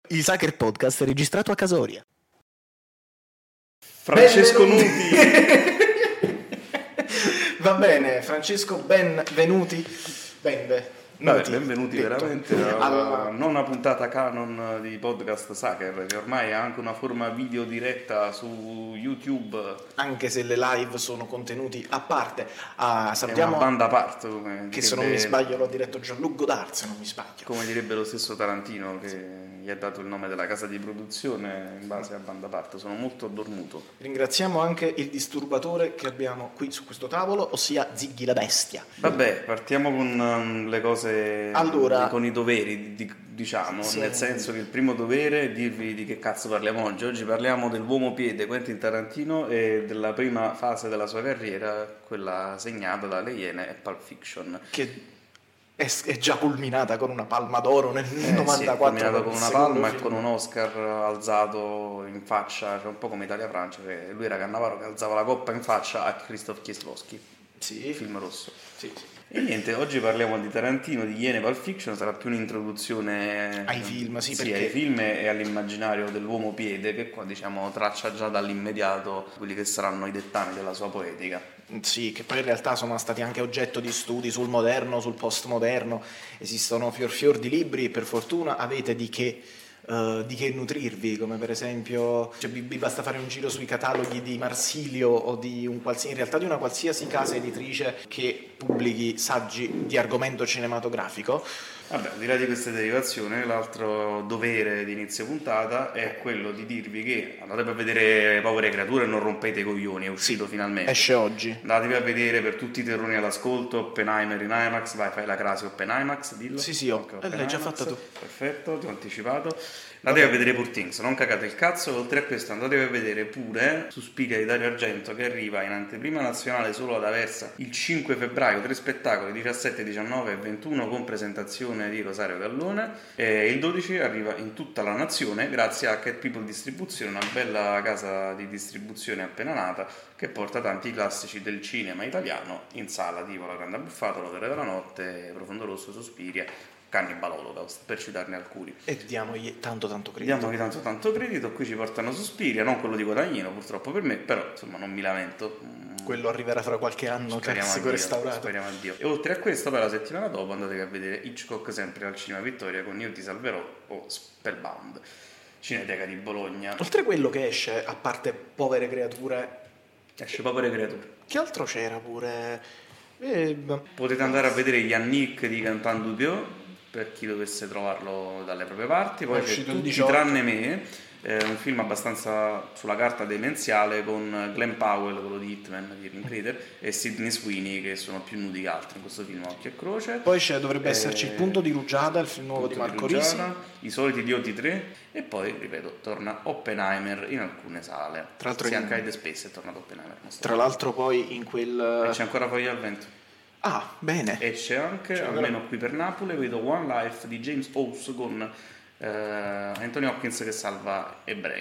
Il Sucker Podcast è registrato a Casoria. Francesco Nuti. Va bene, Francesco, benvenuti. Benvenuti detto. veramente alla nona puntata canon di Podcast Sucker, che ormai ha anche una forma video diretta su YouTube. Anche se le live sono contenuti a parte. È Sappiamo una banda a parte, come che direbbe, se non mi sbaglio l'ha diretto Jean-Luc Godard, se non mi sbaglio. come direbbe lo stesso Tarantino, che gli ha dato il nome della casa di produzione in base a banda a parte. Sono molto addornuto. Ringraziamo anche il disturbatore che abbiamo qui su questo tavolo, ossia Ziggy la bestia. Vabbè, partiamo con le cose, Allora, con i doveri, diciamo, sì. Nel senso che il primo dovere è dirvi di che cazzo parliamo oggi. Oggi parliamo dell'uomo piede Quentin Tarantino e della prima fase della sua carriera, quella segnata dalle Iene e Pulp Fiction. Che è già culminata con una palma d'oro nel Sì, 94. è culminato con il una secondo palma e film. con un Oscar alzato in faccia, cioè un po' come Italia-Francia, che lui era Cannavaro che alzava la coppa in faccia a Krzysztof Kieslowski, Sì. film rosso. Sì. E niente, oggi parliamo di Tarantino, di Iene Pulp Fiction, sarà più un'introduzione Ai film, sì, perché ai film e all'immaginario dell'uomo piede, che qua diciamo traccia già dall'immediato quelli che saranno i dettami della sua poetica. sì, che poi in realtà sono stati anche oggetto di studi sul moderno, sul postmoderno. Esistono fior di libri, per fortuna avete di che nutrirvi, come per esempio vi basta fare un giro sui cataloghi di Marsilio o in realtà di una qualsiasi casa editrice che pubblichi saggi di argomento cinematografico. Vabbè, al di là di queste derivazioni, l'altro dovere di inizio puntata è quello di dirvi che andate a vedere Povere Creature e non rompete i coglioni, è uscito finalmente. Esce oggi. Andatevi a vedere, per tutti i terroni all'ascolto, Oppenheimer in IMAX, vai, fai la crasi Oppenheimer, dillo. Sì, l'hai già fatta tu. Perfetto, ti ho anticipato. Andatevi a vedere Poor Things, non cagate il cazzo. Oltre a questo andatevi a vedere pure Suspiria di Dario Argento, che arriva in anteprima nazionale solo ad Aversa il 5 febbraio, 3 spettacoli, 17, 19 e 21 con presentazione di Rosario Gallone, e il 12 arriva in tutta la nazione grazie a Cat People Distribuzione, una bella casa di distribuzione appena nata che porta tanti classici del cinema italiano in sala, tipo La Grande Abbuffata, L'Odore della Notte, Profondo Rosso, Suspiria, Cannibal Holocaust, per citarne alcuni. E diamogli tanto credito. Diamogli tanto credito. Qui ci portano Suspiria, non quello di Guadagnino purtroppo per me, però insomma non mi lamento. Quello arriverà fra qualche anno, classico restaurato. Speriamo a Dio. E oltre a questo, poi la settimana dopo andate a vedere Hitchcock sempre al Cinema Vittoria con Io ti salverò o Spellbound, Cineteca di Bologna. Oltre a quello che esce, a parte Povere Creature, Esce Povere Creature. che altro c'era pure? Potete andare a vedere Yannick di Cantando Dio, per chi dovesse trovarlo dalle proprie parti. Poi c'è Tutti tranne me, un film abbastanza sulla carta demenziale con Glenn Powell, quello di Hitman di Linklater, e Sydney Sweeney, che sono più nudi che altri in questo film a occhio e croce. Poi dovrebbe esserci Il Punto di Rugiada, il film nuovo di Marco Risi, I Soliti Idioti 3, e poi ripeto torna Oppenheimer in alcune sale. Tra l'altro anche Hyde Space è tornato Oppenheimer, tra l'altro poi in quel e c'è ancora Foglia al Vento. Ah, bene. E c'è anche, almeno qui per Napoli, vedo One Life di James House con Anthony Hopkins che salva ebrei.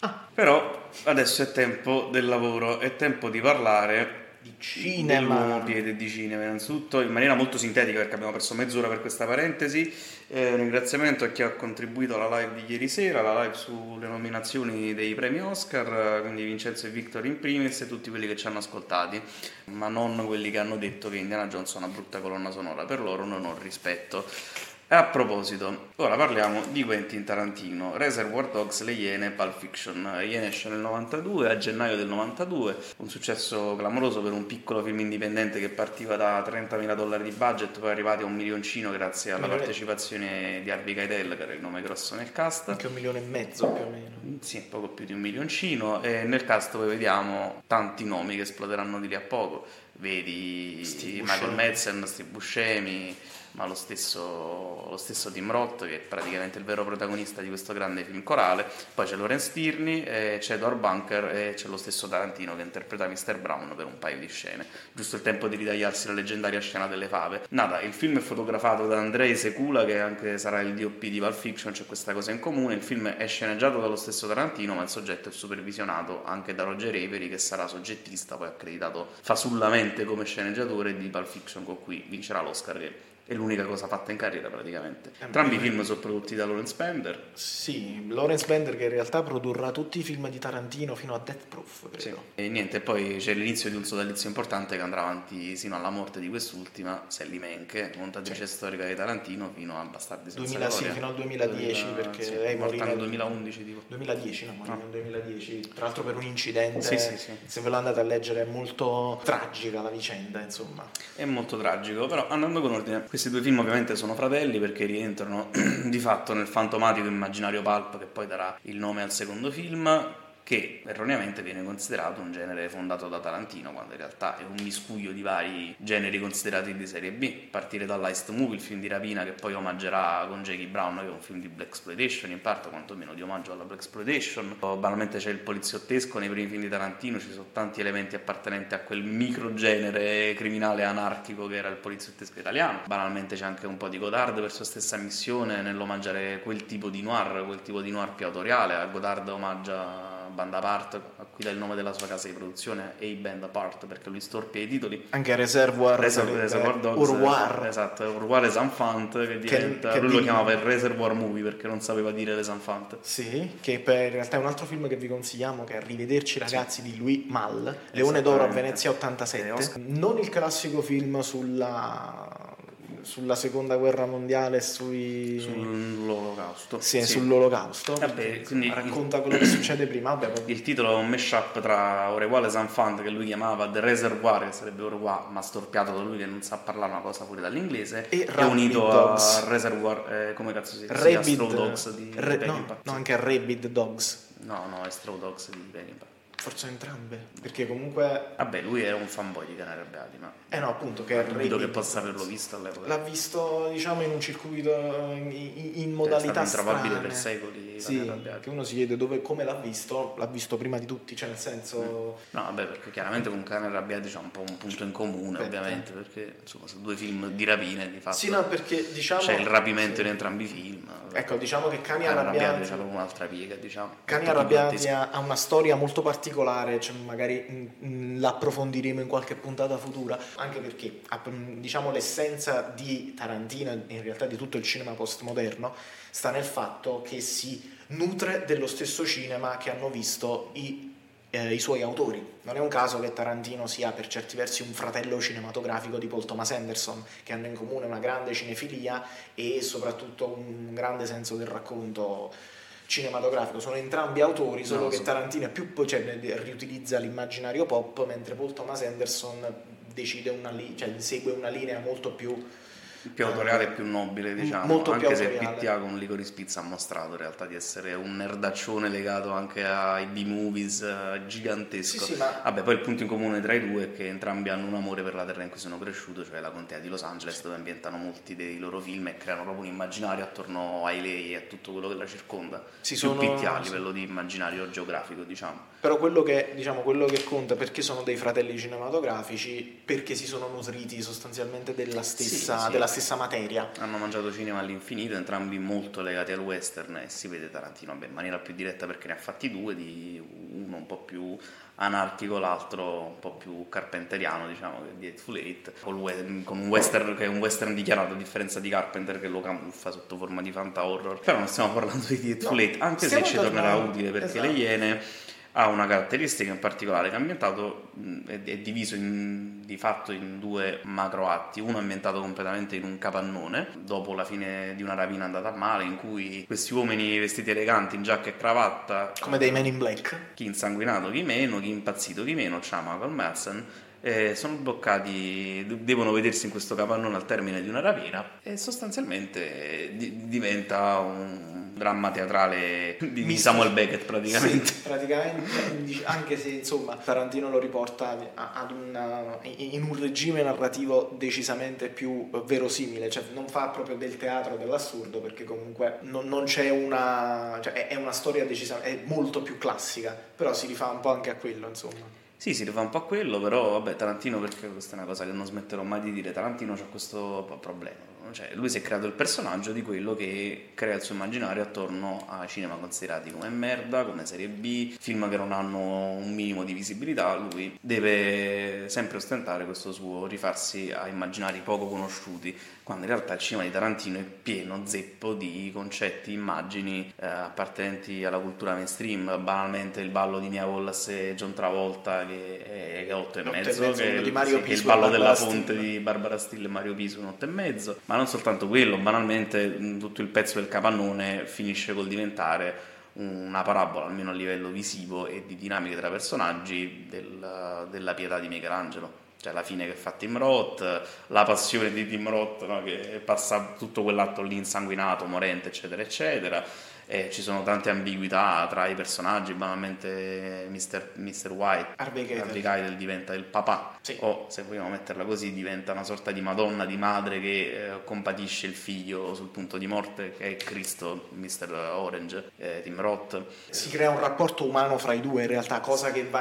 Però adesso è tempo del lavoro, è tempo di parlare di cinema, dell'uomo piede di cinema, innanzitutto in maniera molto sintetica perché abbiamo perso mezz'ora per questa parentesi. Un ringraziamento a chi ha contribuito alla live di ieri sera, la live sulle nominazioni dei premi Oscar, quindi Vincenzo e Victor in primis e tutti quelli che ci hanno ascoltati, ma non quelli che hanno detto che Indiana Jones è una brutta colonna sonora. Per loro non ho rispetto. A proposito, ora parliamo di Quentin Tarantino, Reservoir Dogs, Le Iene, Pulp Fiction. Iene esce nel 92, a gennaio del 92, un successo clamoroso per un piccolo film indipendente che partiva da $30.000 di budget, poi è arrivati a $1 milioncino grazie alla partecipazione di Harvey Keitel, che era il nome grosso nel cast. Anche $1,5 milioni più o meno. Sì, poco più di $1 milioncino, e nel cast poi vediamo tanti nomi che esploderanno di lì a poco. Vedi Michael Madsen, Steve Buscemi, ma lo stesso Tim Roth, che è praticamente il vero protagonista di questo grande film corale. Poi c'è Lawrence Tierney, c'è Edward Bunker e c'è lo stesso Tarantino che interpreta Mr. Brown per un paio di scene, giusto il tempo di ritagliarsi la leggendaria scena delle fave. Nada, il film è fotografato da Andrei Sekula, che anche sarà il DOP di Pulp Fiction, c'è questa cosa in comune. Il film è sceneggiato dallo stesso Tarantino, ma il soggetto è supervisionato anche da Roger Avary, che sarà soggettista, poi accreditato fasullamente come sceneggiatore di Pulp Fiction, con cui vincerà l'Oscar, che è l'unica cosa fatta in carriera praticamente. Entrambi i film sono prodotti da Lawrence Bender. Sì, Lawrence Bender che in realtà produrrà tutti i film di Tarantino fino a Death Proof, credo. Sì. E niente, poi c'è l'inizio di un sodalizio importante che andrà avanti sino alla morte di quest'ultima, Sally Menke, montatrice storica di Tarantino, fino a Bastardi senza gloria. Sì, fino al 2010, perché lei morì nel 2011 tipo. 2010, no, morì nel 2010, tra l'altro per un incidente. Sì. Se ve lo andate a leggere è molto tragica la vicenda, insomma. È molto tragico, però andando con ordine, questi due film ovviamente sono fratelli perché rientrano di fatto nel fantomatico immaginario pulp che poi darà il nome al secondo film, che erroneamente viene considerato un genere fondato da Tarantino, quando in realtà è un miscuglio di vari generi considerati di serie B, a partire dall'Heist Movie, il film di rapina che poi omaggerà con Jackie Brown, che è un film di blaxploitation, in parte quantomeno di omaggio alla blaxploitation. Banalmente c'è il poliziottesco nei primi film di Tarantino, ci sono tanti elementi appartenenti a quel microgenere criminale anarchico che era il poliziottesco italiano. Banalmente c'è anche un po' di Godard per sua stessa missione nell'omaggiare quel tipo di noir più autoriale. A Godard omaggia Band Apart, a cui dà il nome della sua casa di produzione, e i Band Apart, perché lui storpia i titoli. Anche Reservoir Dogs, Urwar. Esatto, Urwar Les Enfants, che diventa, lui lo chiamava il Reservoir Movie perché non sapeva dire Les Enfants. Sì, che in realtà è un altro film che vi consigliamo, che è Rivederci ragazzi di Louis Malle, Leone d'Oro a Venezia 87. Non il classico film sulla seconda guerra mondiale sull'olocausto. Sì, sull'olocausto. Vabbè, quindi racconta quello che succede prima. Il titolo è un mashup tra Orewa Les Enfants, che lui chiamava The Reservoir, che sarebbe Orewa ma storpiato da lui che non sa parlare una cosa fuori dall'inglese, e unito Dogs. a Reservoir, come cazzo si chiama? Straw Dogs di Peckinpah. No, anche a Rabid Dogs. No, è Straw Dogs di Peckinpah. Forse entrambe, perché comunque... Vabbè, lui era un fanboy di Cani Arrabbiati, ma... no, appunto, che dubito che possa averlo visto all'epoca. L'ha visto, diciamo, in un circuito, in modalità strane. È stato introvabile per secoli. Sì, che uno si chiede come l'ha visto prima di tutti, cioè nel senso... No, vabbè, perché chiaramente con Cani Arrabbiati c'è un po' un punto in comune, ovviamente, perché insomma sono due film di rapine, di fatto. Sì, no, perché diciamo... C'è il rapimento in entrambi i film. Ecco, diciamo che Cani Arrabbiati c'è un'altra piega, diciamo. Cani Arrabbiati ha una storia molto particolare, cioè magari l'approfondiremo in qualche puntata futura, anche perché diciamo l'essenza di Tarantino, in realtà di tutto il cinema postmoderno, sta nel fatto che si nutre dello stesso cinema che hanno visto i suoi autori. Non è un caso che Tarantino sia per certi versi un fratello cinematografico di Paul Thomas Anderson, che hanno in comune una grande cinefilia e soprattutto un grande senso del racconto cinematografico. Sono entrambi autori, solo che Tarantino è più riutilizza l'immaginario pop, mentre Paul Thomas Anderson segue una linea molto più autoriale e più nobile, diciamo, molto anche più se autoriale. Pittia con Licorice Pizza ha mostrato in realtà di essere un nerdaccione legato anche ai B-movies gigantesco. Sì, ma... Vabbè, poi il punto in comune tra i due è che entrambi hanno un amore per la terra in cui sono cresciuto, cioè la contea di Los Angeles, dove ambientano molti dei loro film e creano proprio un immaginario attorno ai lei e a tutto quello che la circonda. Pittia a livello di immaginario geografico, diciamo. Però quello che conta, perché sono dei fratelli cinematografici, perché si sono nutriti sostanzialmente della stessa materia. Hanno mangiato cinema all'infinito, entrambi molto legati al western, e si vede Tarantino in maniera più diretta perché ne ha fatti due, uno un po' più anarchico, l'altro un po' più carpenteriano, diciamo, che è di Hateful Eight, con un western che è un western dichiarato, a differenza di Carpenter che lo camuffa sotto forma di fanta horror. Però non stiamo parlando di Hateful Eight, anche se ci tornerà utile, perché Le Iene ha una caratteristica in particolare, che è ambientato, è diviso di fatto in due macro atti. Uno è ambientato completamente in un capannone dopo la fine di una rapina andata male, in cui questi uomini vestiti eleganti in giacca e cravatta, come dei Men in Black, chi insanguinato chi meno, chi impazzito chi meno, c'ha Michael Madsen, sono bloccati, devono vedersi in questo capannone al termine di una rapina, e sostanzialmente diventa un dramma teatrale di Samuel Beckett praticamente. Sì, praticamente, anche se insomma Tarantino lo riporta in un regime narrativo decisamente più verosimile, cioè non fa proprio del teatro dell'assurdo, perché comunque non c'è è una storia decisamente, è molto più classica, però si rifà un po' anche a quello, insomma. Sì, si rifà un po' a quello, però vabbè, Tarantino, perché questa è una cosa che non smetterò mai di dire, Tarantino c'ha questo problema. cioè lui si è creato il personaggio di quello che crea il suo immaginario attorno a cinema considerati come merda, come serie B, film che non hanno un minimo di visibilità. Lui deve sempre ostentare questo suo rifarsi a immaginari poco conosciuti, quando in realtà il cinema di Tarantino è pieno zeppo di concetti, immagini appartenenti alla cultura mainstream. Banalmente il ballo di Mia Wallace e John Travolta che è 8 e mezzo, che è il ballo della fonte di Barbara Steele e Mario Piso, un 8 e mezzo. Ma non soltanto quello, banalmente tutto il pezzo del capannone finisce col diventare una parabola, almeno a livello visivo e di dinamiche tra personaggi, della pietà di Michelangelo. Cioè la fine che fa Tim Roth, la passione di Tim Roth, no? Che passa tutto quell'atto lì insanguinato, morente, eccetera eccetera. Ci sono tante ambiguità tra i personaggi. Banalmente Mr. White, Harvey Keitel diventa il papà, sì. O se vogliamo metterla così diventa una sorta di madonna, di madre che compatisce il figlio sul punto di morte, che è Cristo, Mr. Orange, Tim Roth. Si crea un rapporto umano fra i due in realtà, cosa che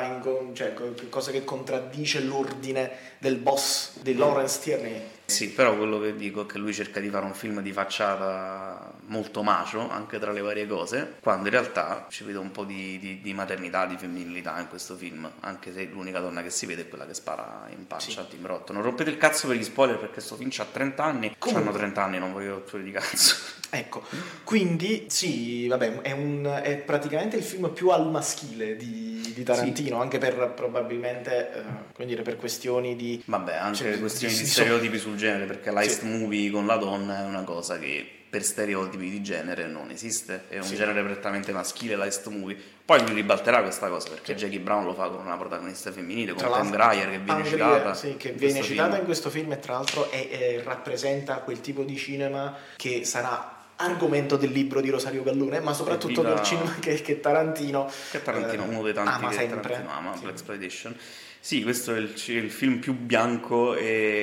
cosa che contraddice l'ordine del boss di Lawrence Tierney. Sì, però quello che dico è che lui cerca di fare un film di facciata molto macio, anche tra le varie cose, quando in realtà ci vedo un po' di maternità, di femminilità in questo film, anche se l'unica donna che si vede è quella che spara in pancia a Tim Roth. Non rompete il cazzo per gli spoiler, perché sto film c'ha 30 anni, hanno 30 anni, non voglio rotture di cazzo. Ecco, quindi sì, vabbè, è praticamente il film più al maschile di Tarantino, sì. Anche per probabilmente, come dire, per questioni di... Vabbè, anche questioni di stereotipi sul genere, perché l'heist movie con la donna è una cosa che per stereotipi di genere non esiste, è un genere prettamente maschile l'heist movie. Poi lui ribalterà questa cosa, perché Jackie Brown lo fa con una protagonista femminile, con Pam Grier, che viene citata. Sì, che viene citata in questo film, e tra l'altro rappresenta quel tipo di cinema che sarà argomento del libro di Rosario Gallone, ma soprattutto del cinema che Tarantino uno dei tanti ama che sempre. Tarantino ama, sì. Blaxploitation. Sì, questo è il film più bianco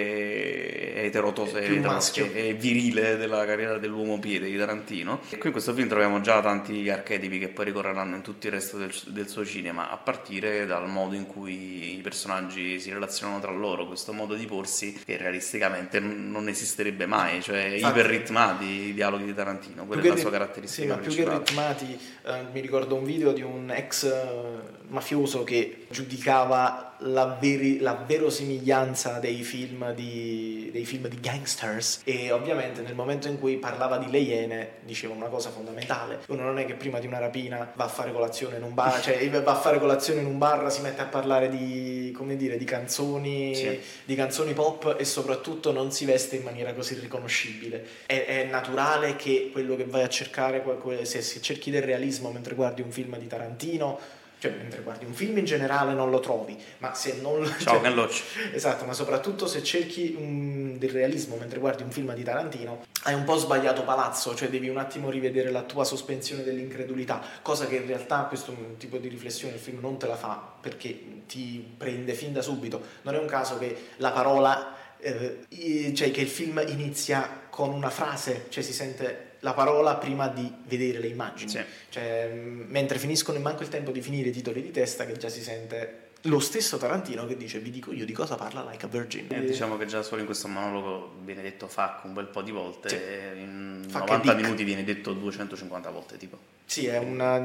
e eterotoso e virile della carriera dell'uomo piede di Tarantino. E qui in questo film troviamo già tanti archetipi che poi ricorreranno in tutto il resto del suo cinema, a partire dal modo in cui i personaggi si relazionano tra loro, questo modo di porsi che realisticamente non esisterebbe mai, cioè iperritmati i dialoghi di Tarantino, quella è la sua caratteristica principale. Più che ritmati, mi ricordo un video di un ex mafioso che giudicava la verosimiglianza dei film di gangsters, e ovviamente nel momento in cui parlava di Le Iene diceva una cosa fondamentale: uno non è che prima di una rapina va a fare colazione in un bar, cioè va a fare colazione in un bar, si mette a parlare di canzoni, sì. Di canzoni pop, e soprattutto non si veste in maniera così riconoscibile. È naturale che quello che vai a cercare, se cerchi del realismo mentre guardi un film di Tarantino, cioè mentre guardi un film in generale non lo trovi, ma se non esatto, ma soprattutto se cerchi del realismo mentre guardi un film di Tarantino hai un po' sbagliato palazzo, cioè devi un attimo rivedere la tua sospensione dell'incredulità, cosa che in realtà questo tipo di riflessione il film non te la fa, perché ti prende fin da subito. Non è un caso che la parola cioè che il film inizia con una frase, cioè si sente la parola prima di vedere le immagini, sì. Cioè mentre finiscono e manco il tempo di finire i titoli di testa che già si sente lo stesso Tarantino che dice: vi dico io di cosa parla Like a Virgin. Diciamo che già solo in questo monologo viene detto fuck un bel po' di volte, sì. In 90 minuti viene detto 250 volte tipo. Sì, è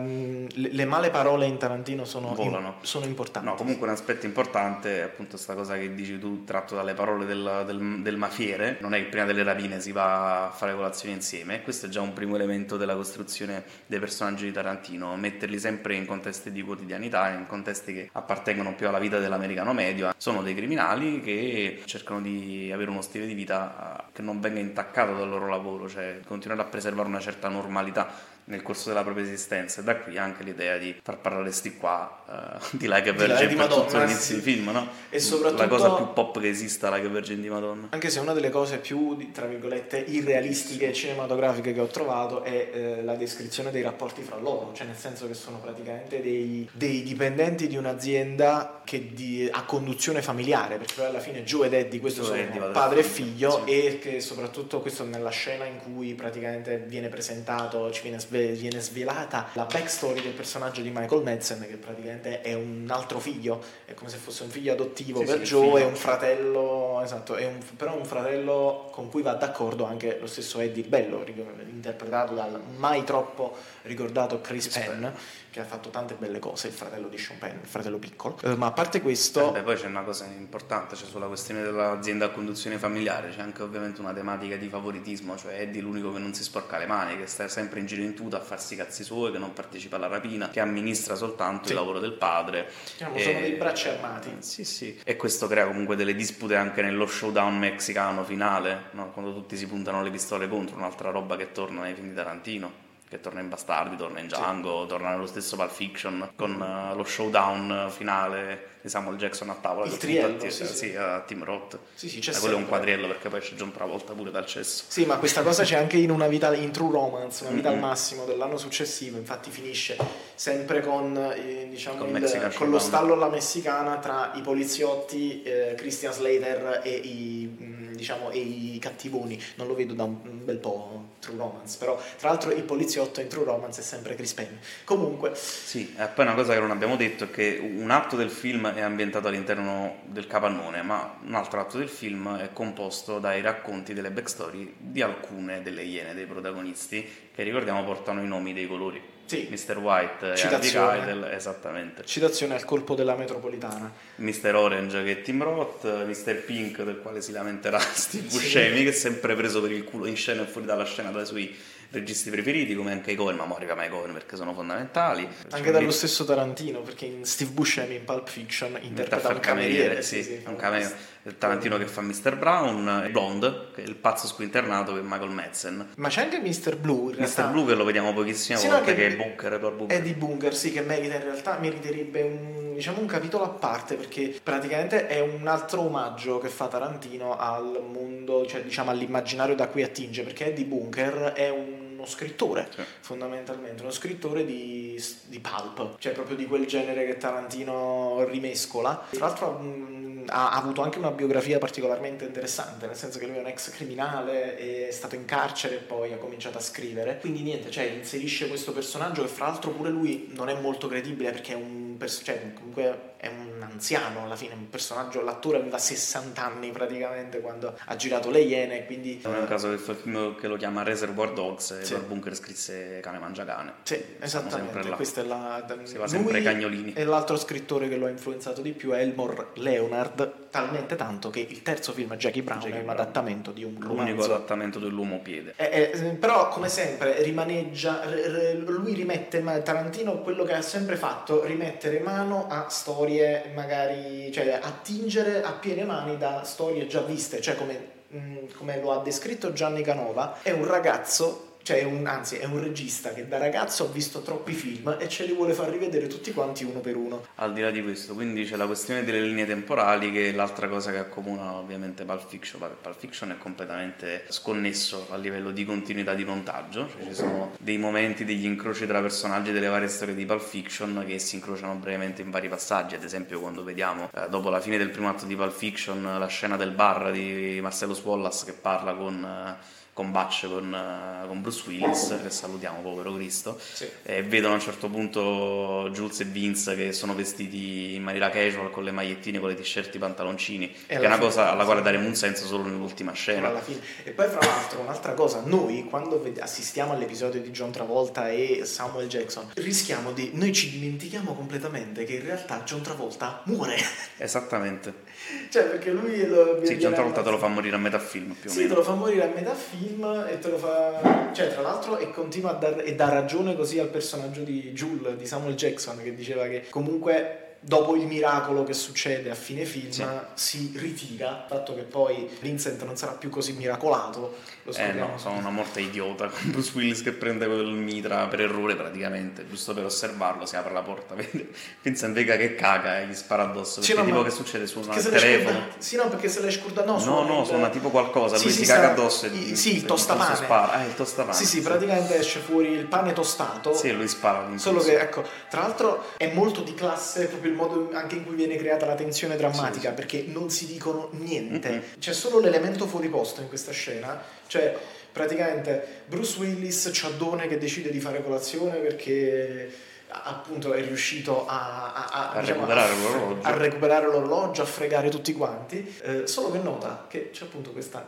le male parole in Tarantino sono importanti. No, comunque un aspetto importante è appunto questa cosa che dici tu, tratto dalle parole del mafiere. Non è che prima delle rapine si va a fare colazione insieme. Questo è già un primo elemento della costruzione dei personaggi di Tarantino, metterli sempre in contesti di quotidianità, in contesti che appartengono più alla vita dell'americano medio. Sono dei criminali che cercano di avere uno stile di vita che non venga intaccato dal loro lavoro, cioè continuare a preservare una certa normalità nel corso della propria esistenza, e da qui anche l'idea di far parlare sti qua di Like a Virgin per tutto l'inizio di film, no? E soprattutto la cosa più pop che esista, Like a Virgin di Madonna. Anche se una delle cose più, tra virgolette, irrealistiche e cinematografiche che ho trovato è la descrizione dei rapporti fra loro, cioè nel senso che sono praticamente dei dipendenti di un'azienda che a conduzione familiare, perché poi alla fine Joe ed Eddie questo sono padre e figlio, sì. E che soprattutto questo nella scena in cui praticamente viene presentato, ci viene viene svelata la backstory del personaggio di Michael Madsen, che praticamente è un altro figlio, è come se fosse un figlio adottivo per Joe, è un fratello, esatto, però un fratello con cui va d'accordo anche lo stesso Eddie Bello, interpretato dal mai troppo ricordato Chris Penn, che ha fatto tante belle cose, il fratello di Sean Penn, il fratello piccolo. Ma a parte questo... poi c'è una cosa importante, cioè sulla questione dell'azienda a conduzione familiare, c'è anche ovviamente una tematica di favoritismo, cioè Eddie è l'unico che non si sporca le mani, che sta sempre in giro in tuta a farsi i cazzi suoi, che non partecipa alla rapina, che amministra soltanto il lavoro del padre. Sono dei bracci armati. Sì. E questo crea comunque delle dispute anche nello showdown messicano finale, no? Quando tutti si puntano le pistole contro, un'altra roba che torna nei film di Tarantino, che torna in Bastardi, torna in Django, torna nello stesso Pulp Fiction, con lo showdown finale di Samuel Jackson a tavola, il triello, a Tim Roth. C'è quello è un quadriello, perché poi c'è John Travolta pure dal cesso. Sì, ma questa cosa c'è anche in True Romance, Una vita al massimo dell'anno successivo, infatti finisce sempre con lo stallo alla messicana tra i poliziotti, Christian Slater e i cattivoni. Non lo vedo da un bel po' True Romance, però tra l'altro il poliziotto in True Romance è sempre Chris Penn. Comunque sì, e poi una cosa che non abbiamo detto è che un atto del film è ambientato all'interno del capannone, ma un altro atto del film è composto dai racconti delle backstory di alcune delle iene dei protagonisti, che ricordiamo portano i nomi dei colori. Sì. Mr. White e Harvey Keitel, esattamente. Citazione al colpo della metropolitana. Mr. Orange, che è Tim Roth, Mr. Pink, del quale si lamenterà Steve Buscemi, che è sempre preso per il culo in scena e fuori dalla scena dai suoi registi preferiti, come anche i Coen, ma Morricone e Coen perché sono fondamentali. Anche dallo stesso Tarantino, perché in Steve Buscemi in Pulp Fiction interpreta un cameriere. Un cameriere. Il Tarantino che fa Mr. Brown, Blonde, che è il pazzo squinternato, che è Michael Madsen. Ma c'è anche Mr. Blue, in realtà. Mr. Blue che lo vediamo pochissime volte, che è Bunker, Edward Bunker. Eddie Bunker, sì, che meriterebbe un capitolo a parte, perché praticamente è un altro omaggio che fa Tarantino al mondo, cioè all'immaginario da cui attinge, perché Eddie Bunker è uno scrittore, fondamentalmente uno scrittore di pulp, cioè proprio di quel genere che Tarantino rimescola. Tra l'altro ha avuto anche una biografia particolarmente interessante, nel senso che lui è un ex criminale, è stato in carcere e poi ha cominciato a scrivere, quindi niente, inserisce questo personaggio che fra l'altro pure lui non è molto credibile, perché è comunque è un anziano alla fine, un personaggio, l'attore aveva 60 anni praticamente quando ha girato Le Iene, quindi non è un caso che fa il film che lo chiama Reservoir Dogs e Edward Bunker scrisse Cane Mangia Cane. Sì, esattamente, questa è si va sempre ai cagnolini. E l'altro scrittore che lo ha influenzato di più è Elmore Leonard, talmente tanto che il terzo film, Jackie Brown, è un adattamento di un romanzo. L'unico adattamento dell'uomo piede. Però come sempre rimaneggia, lui rimette, Tarantino quello che ha sempre fatto, rimettere mano a storie magari, attingere a piene mani da storie già viste, come lo ha descritto Gianni Canova, è un ragazzo, è un regista che da ragazzo ha visto troppi film e ce li vuole far rivedere tutti quanti uno per uno. Al di là di questo, quindi c'è la questione delle linee temporali, che è l'altra cosa che accomuna ovviamente Pulp Fiction. Pulp Fiction è completamente sconnesso a livello di continuità di montaggio, ci sono dei momenti, degli incroci tra personaggi delle varie storie di Pulp Fiction che si incrociano brevemente in vari passaggi. Ad esempio, quando vediamo dopo la fine del primo atto di Pulp Fiction la scena del bar di Marcellus Wallace che parla con Butch, con Bruce Willis, che salutiamo, povero Cristo, e vedono a un certo punto Jules e Vince che sono vestiti in maniera casual, con le magliettine, con le t-shirt, i pantaloncini, che è una cosa alla quale daremo un senso solo nell'ultima scena. Alla fine. E poi fra l'altro un'altra cosa, noi quando assistiamo all'episodio di John Travolta e Samuel Jackson noi ci dimentichiamo completamente che in realtà John Travolta muore. Esattamente. Perché lui John Travolta te lo fa morire a metà film, più o meno. Sì, te lo fa morire a metà film e te lo fa, tra l'altro, e continua a dà ragione così al personaggio di Jules, di Samuel Jackson, che diceva che comunque dopo il miracolo che succede a fine film si ritira, il fatto che poi Vincent non sarà più così miracolato, lo scopriamo. Sono una morte idiota, con Bruce Willis che prende quel mitra per errore praticamente, giusto per osservarlo, si apre la porta, vede Vincent Vega che caga e gli spara addosso, perché tipo che succede, suona il telefono. Perché se l'hai scordato, suona tipo qualcosa, lui si caga addosso il tostapane. Spara. Il tostapane. Sì, praticamente esce fuori il pane tostato. Sì, lui spara. Solo che, tra l'altro è molto di classe proprio il modo anche in cui viene creata la tensione drammatica, perché non si dicono niente, c'è solo l'elemento fuori posto in questa scena, praticamente Bruce Willis ciaddone che decide di fare colazione perché appunto è riuscito a recuperare l'orologio, a recuperare l'orologio, a fregare tutti quanti, solo che nota che c'è appunto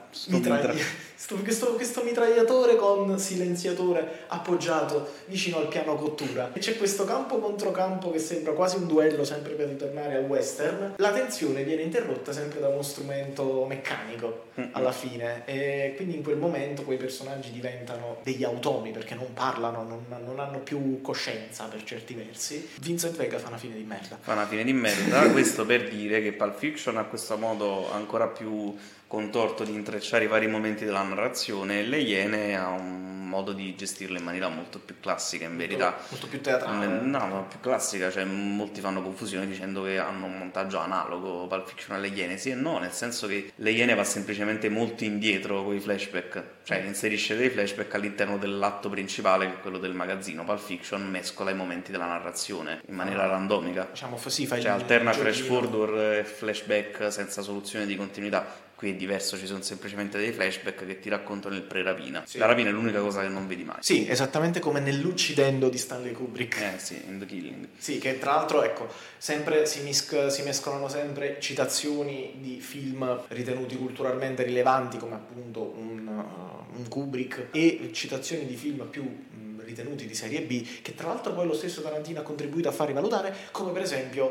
questo mitragliatore con silenziatore appoggiato vicino al piano cottura e c'è questo campo contro campo che sembra quasi un duello, sempre per ritornare al western. La tensione viene interrotta sempre da uno strumento meccanico alla fine, e quindi in quel momento quei personaggi diventano degli automi perché non parlano, non hanno più coscienza per certi versi. Vincent Vega fa una fine di merda. Questo per dire che Pulp Fiction ha questo modo ancora più contorto di intrecciare i vari momenti della narrazione, e Le Iene ha un modo di gestirlo in maniera molto più classica, in verità molto più teatrale. No, più classica, cioè molti fanno confusione dicendo che hanno un montaggio analogo Pulp Fiction alle Iene. Sì e no, nel senso che Le Iene va semplicemente molto indietro con i flashback, cioè inserisce dei flashback all'interno dell'atto principale, che è quello del magazzino. Pulp Fiction mescola i momenti della narrazione in maniera randomica, diciamo sì, fa cioè alterna flash forward e flashback senza soluzione di continuità. Qui è diverso, ci sono semplicemente dei flashback che ti raccontano il pre-rapina. La rapina è l'unica cosa che non vedi mai. Sì, esattamente come nell'Uccidendo di Stanley Kubrick. Sì, in The Killing. Sì, che tra l'altro, ecco, sempre si mescolano sempre citazioni di film ritenuti culturalmente rilevanti, come appunto un Kubrick, e citazioni di film più ritenuti di serie B, che tra l'altro poi lo stesso Tarantino ha contribuito a far rivalutare, come per esempio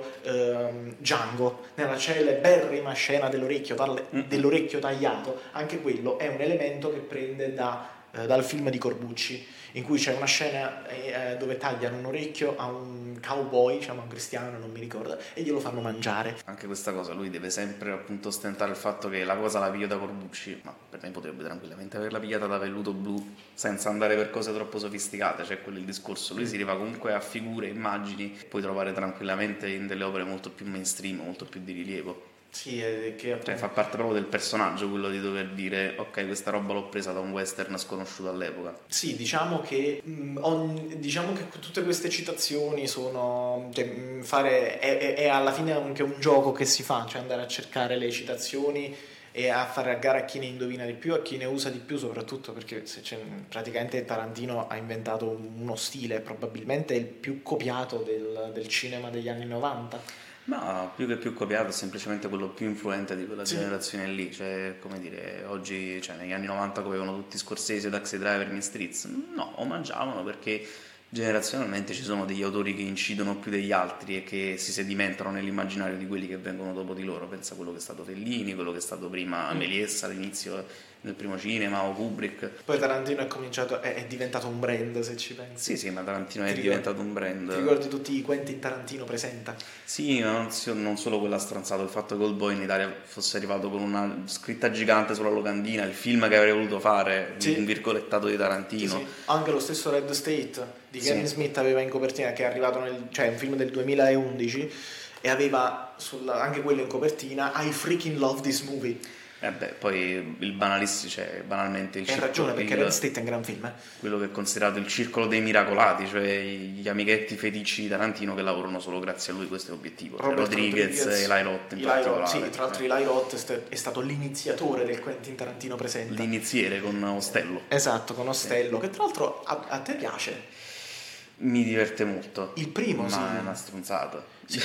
Django, nella celeberrima scena dell'orecchio tagliato. Anche quello è un elemento che prende dal film di Corbucci, in cui c'è una scena dove tagliano un orecchio a un cowboy, diciamo a un cristiano, non mi ricordo, e glielo fanno mangiare. Anche questa cosa, lui deve sempre appunto ostentare il fatto che la cosa la piglio da Corbucci, ma per me potrebbe tranquillamente averla pigliata da Velluto Blu senza andare per cose troppo sofisticate, cioè quello è il discorso. Lui si rifà comunque a figure, immagini che puoi trovare tranquillamente in delle opere molto più mainstream, molto più di rilievo. Sì, che cioè fa parte proprio del personaggio quello di dover dire ok, questa roba l'ho presa da un western sconosciuto all'epoca. Sì, diciamo che tutte queste citazioni sono è alla fine anche un gioco che si fa, cioè andare a cercare le citazioni e a fare a gara a chi ne indovina di più, a chi ne usa di più, soprattutto perché praticamente Tarantino ha inventato uno stile probabilmente il più copiato del cinema degli anni 90. No, più che più copiato, è semplicemente quello più influente di quella generazione lì. Cioè, come dire, oggi, cioè negli anni 90 copiavano tutti Scorsese, Taxi Driver, Mean Streets. No, omaggiavano perché generazionalmente ci sono degli autori che incidono più degli altri e che si sedimentano nell'immaginario di quelli che vengono dopo di loro. Pensa a quello che è stato Fellini, quello che è stato prima Méliès all'inizio nel primo cinema, o Kubrick. Poi Tarantino è diventato un brand, se ci pensi. Sì, ma Tarantino è diventato un brand. Ti ricordi tutti i Quentin Tarantino presenta? Sì, ma non solo quella stronzata, il fatto che Old Boy in Italia fosse arrivato con una scritta gigante sulla locandina, il film che avrei voluto fare, un virgolettato di Tarantino. Sì. Anche lo stesso Red State di Kevin Smith aveva in copertina, che è arrivato è un film del 2011, e aveva anche quello in copertina I freaking love this movie. Poi il banalissimo, cioè banalmente il circolo. Hai ragione, perché Red State è un gran film. Quello che è considerato il circolo dei miracolati, cioè gli amichetti fetici di Tarantino che lavorano solo grazie a lui, questo è l'obiettivo. Rodriguez e Eli Roth in particolare. Sì, tra l'altro Eli Roth è stato l'iniziatore del Quentin Tarantino presente. L'iniziere con Ostello. Esatto, con Ostello, che tra l'altro a te piace? Mi diverte molto. Il primo, ma è una stronzata. Sì,